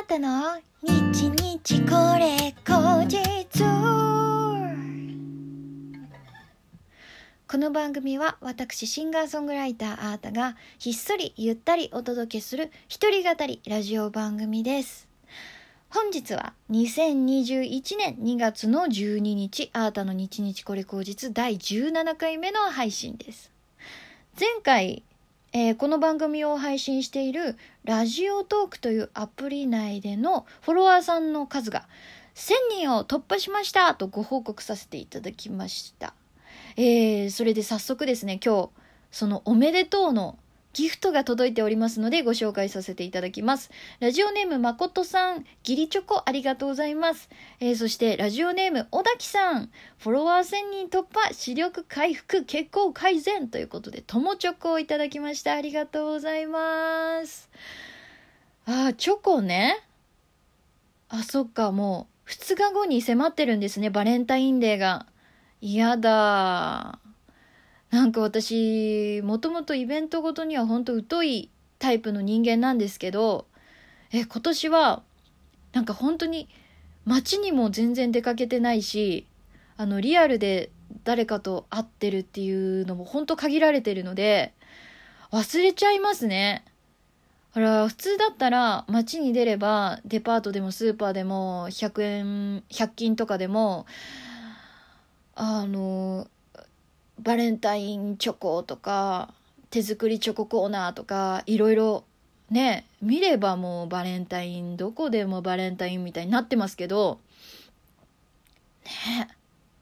たの日日これ後日。この番組は私シンガーソングライターあーたがひっそりゆったりお届けする一人語りラジオ番組です。本日は2021年2月の12日あーたの日日これ後日第17回目の配信です。前回この番組を配信しているラジオトークというアプリ内でのフォロワーさんの数が1000人を突破しましたとご報告させていただきました。それで早速ですね、今日そのおめでとうのギフトが届いておりますのでご紹介させていただきます。ラジオネームまことさん、ギリチョコありがとうございます。そしてラジオネーム小滝さん、フォロワー1000人突破、視力回復、血行改善ということでともチョコをいただきました。ありがとうございます。チョコね。そっか、もう2日後に迫ってるんですね、バレンタインデーが。やだ。なんか私もともとイベントごとには本当疎いタイプの人間なんですけど、今年はなんか本当に街にも全然出かけてないし、リアルで誰かと会ってるっていうのも本当限られてるので忘れちゃいますね。普通だったら街に出ればデパートでもスーパーでも100均とかでもバレンタインチョコとか手作りチョココーナーとかいろいろね見ればもうバレンタイン、どこでもバレンタインみたいになってますけどね。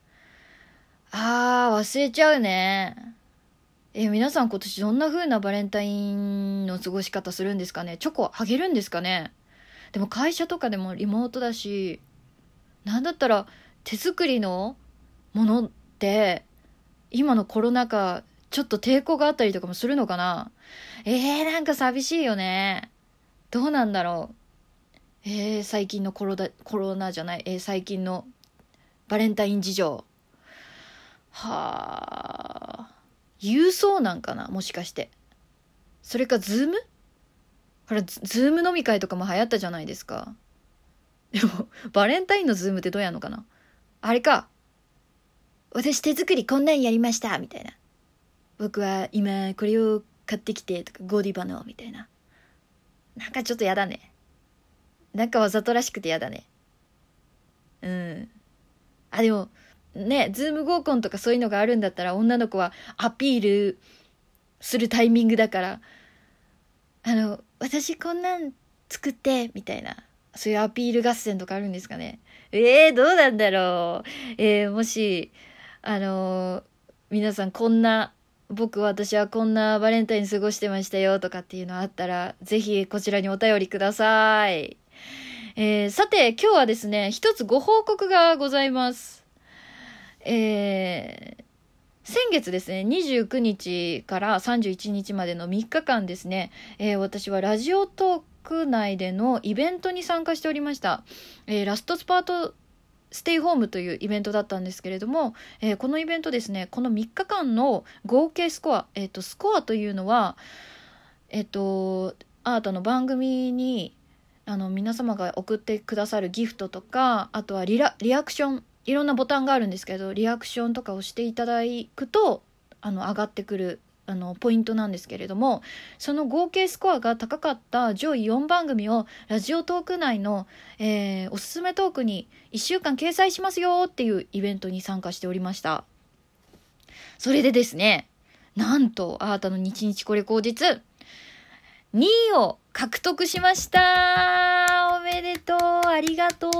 忘れちゃうね。皆さん今年どんな風なバレンタインの過ごし方するんですかね。チョコあげるんですかね。でも会社とかでもリモートだし、なんだったら手作りのものって今のコロナ禍ちょっと抵抗があったりとかもするのかな。なんか寂しいよね。どうなんだろう。最近のコロナじゃない、最近のバレンタイン事情。郵送なんかな、もしかして。それかズーム、ほらズーム飲み会とかも流行ったじゃないですか。でもバレンタインのズームってどうやんのかな。あれか、私手作りこんなんやりましたみたいな、僕は今これを買ってきてとか、ゴディバのみたいな。なんかちょっとやだね。なんかわざとらしくてやだね。でもね、ズーム合コンとかそういうのがあるんだったら女の子はアピールするタイミングだから、私こんなん作ってみたいな、そういうアピール合戦とかあるんですかね。どうなんだろう。もし皆さん私はこんなバレンタイン過ごしてましたよとかっていうのあったら、ぜひこちらにお便りください。さて今日はですね、一つご報告がございます。先月ですね、29日から31日までの3日間ですね、私はラジオトーク内でのイベントに参加しておりました。ラストスパートステイホームというイベントだったんですけれども、このイベントですね、この3日間の合計スコア、スコアというのはアートの番組に皆様が送ってくださるギフトとか、あとはリアクション、いろんなボタンがあるんですけど、リアクションとかをしていただくと上がってくるポイントなんですけれども、その合計スコアが高かった上位4番組をラジオトーク内の、おすすめトークに1週間掲載しますよっていうイベントに参加しておりました。それでですね、なんとあーたの日日これ後日2位を獲得しました。おめでとう、ありがとう。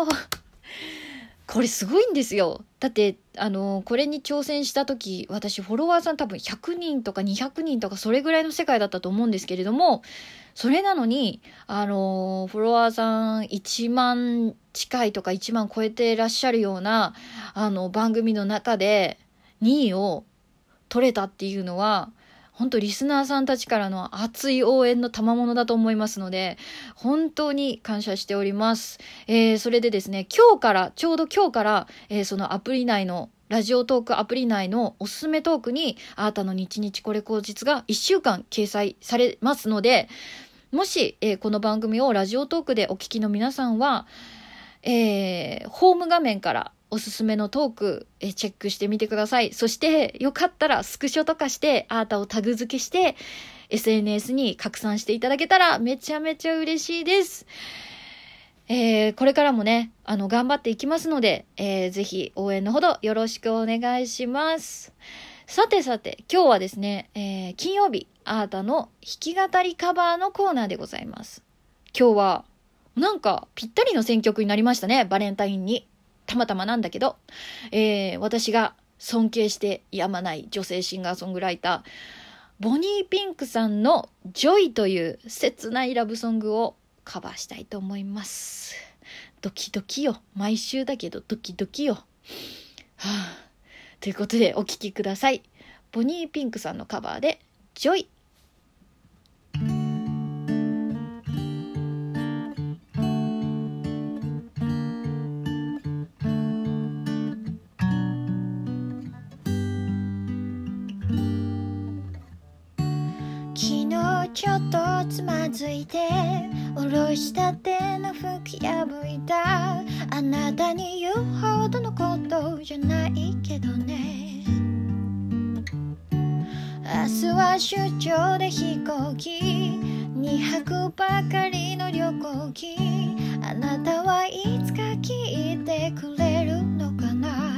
これすごいんですよ。だってこれに挑戦した時、私フォロワーさん多分100人とか200人とかそれぐらいの世界だったと思うんですけれども、それなのにフォロワーさん1万近いとか1万超えてらっしゃるような番組の中で2位を取れたっていうのは、本当リスナーさんたちからの熱い応援の賜物だと思いますので、本当に感謝しております。それでですね、ちょうど今日から、そのアプリ内のラジオトークアプリ内のおすすめトークにあーたの日日これ後日が1週間掲載されますので、 もし、この番組をラジオトークでお聞きの皆さんは、ホーム画面からおすすめのトーク、チェックしてみてください。そしてよかったらスクショとかしてアータをタグ付けして SNS に拡散していただけたらめちゃめちゃ嬉しいです。これからもね、頑張っていきますので、ぜひ応援のほどよろしくお願いします。さて、今日はですね、金曜日、アータの弾き語りカバーのコーナーでございます。今日は、なんかぴったりの選曲になりましたね、バレンタインに。たまたまなんだけど、私が尊敬してやまない女性シンガーソングライター、ボニーピンクさんのジョイという切ないラブソングをカバーしたいと思います。ドキドキよ。毎週だけどドキドキよ。ということでお聴きください。ボニーピンクさんのカバーでジョイ。ちょっとつまずいておろしたての服破いたあなたに言うほどのことじゃないけどね。明日は出張で飛行機2泊ばかりの旅行機、あなたはいつか聞いてくれるのかな。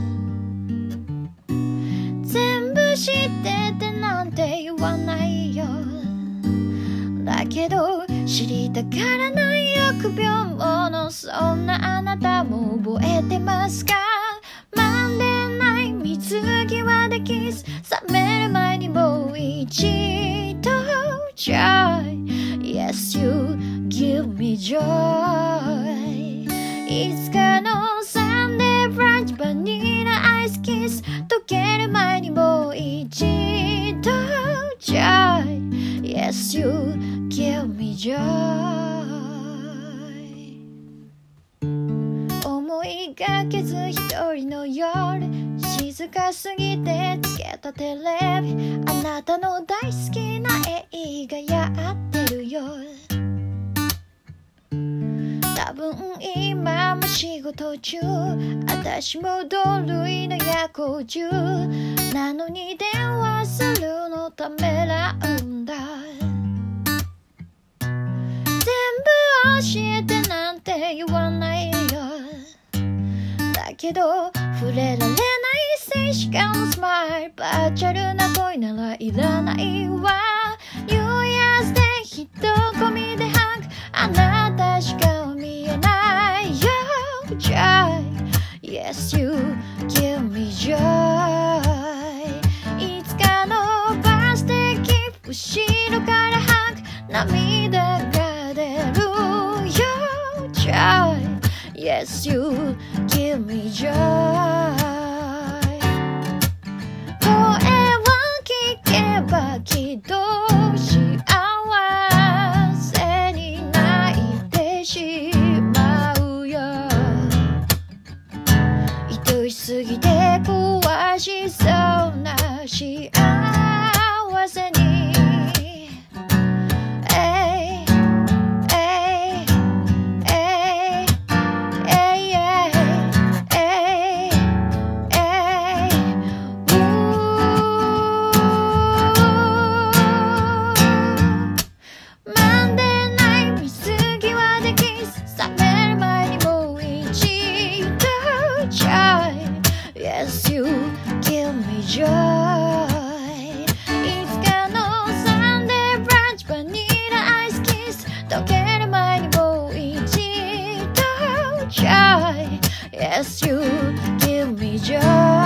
全部知っててなんて言わないよ。だけど知りたがらない臆病者、そんなあなたも覚えてますか。まんでない水際でキス、冷める前にもう一度 Joy Yes you give me joy。 いつかのサンデーブランチバニラアイスキス、溶ける前にもう一度 Joy Yes you give me joy。 思いがけず一人の夜、静かすぎてつけたテレビ、あなたの大好きな映画やってるよ。多分今も仕事中、私も同類の夜行中なのに電話するのためらうんだ。教えてなんて言わないよ。だけど触れられない静止画のスマイル、バーチャルな恋ならいらないわ。 You yes で一込みでハグ、あなたしか見えないよ。 Joy Yes you give me joy。 いつかのバースデーギフト、後ろからハグ、涙が出る。Joy Yes you give me joy。 声を聞けばきっと幸せに泣いてしまうよ。愛しすぎて壊しそうな幸せにYes, you give me joy。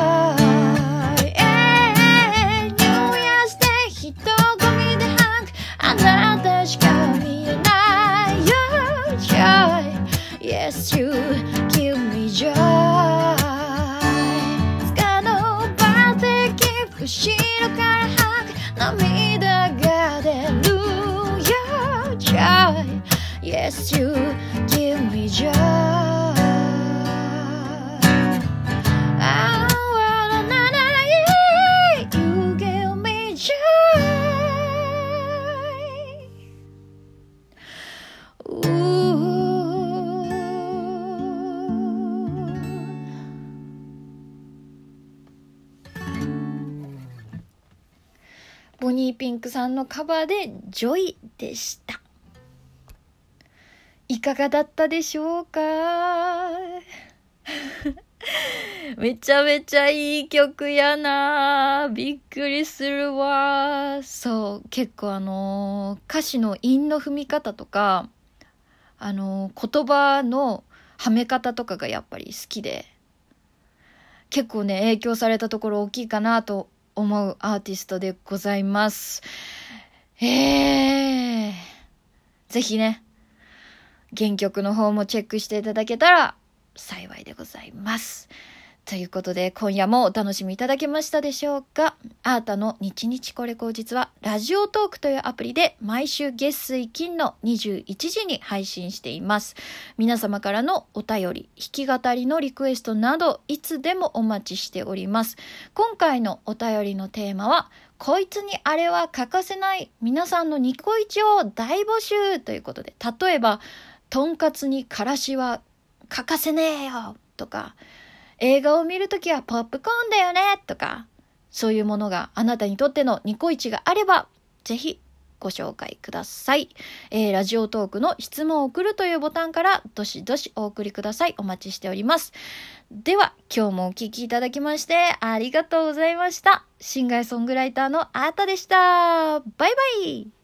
New Year's Day 人混みでハグ、あなたしか見えないよ。 Joy Yes, you give me joy。 つかのバーデーギフト、後ろからハグ、涙が出るよ。 Joy Yes, you give me joy。 ニーピンクさんのカバーでジョイでした。いかがだったでしょうか？めちゃめちゃいい曲やな。びっくりするわ。そう、結構歌詞の韻の踏み方とか、言葉のはめ方とかがやっぱり好きで、結構ね、影響されたところ大きいかなと思うアーティストでございます。ぜひね、原曲の方もチェックしていただけたら幸いでございます。ということで、今夜もお楽しみいただけましたでしょうか？あーたの日日これ口実はラジオトークというアプリで毎週月水金の21時に配信しています。皆様からのお便り、弾き語りのリクエストなどいつでもお待ちしております。今回のお便りのテーマは、こいつにあれは欠かせない皆さんのニコイチを大募集ということで、例えばとんかつにからしは欠かせねえよとか、映画を見るときはポップコーンだよねとか、そういうものがあなたにとってのニコイチがあればぜひご紹介ください。ラジオトークの質問を送るというボタンからどしどしお送りください。お待ちしております。では今日もお聞きいただきましてありがとうございました。シンガーソングライターのあーたでした。バイバイ。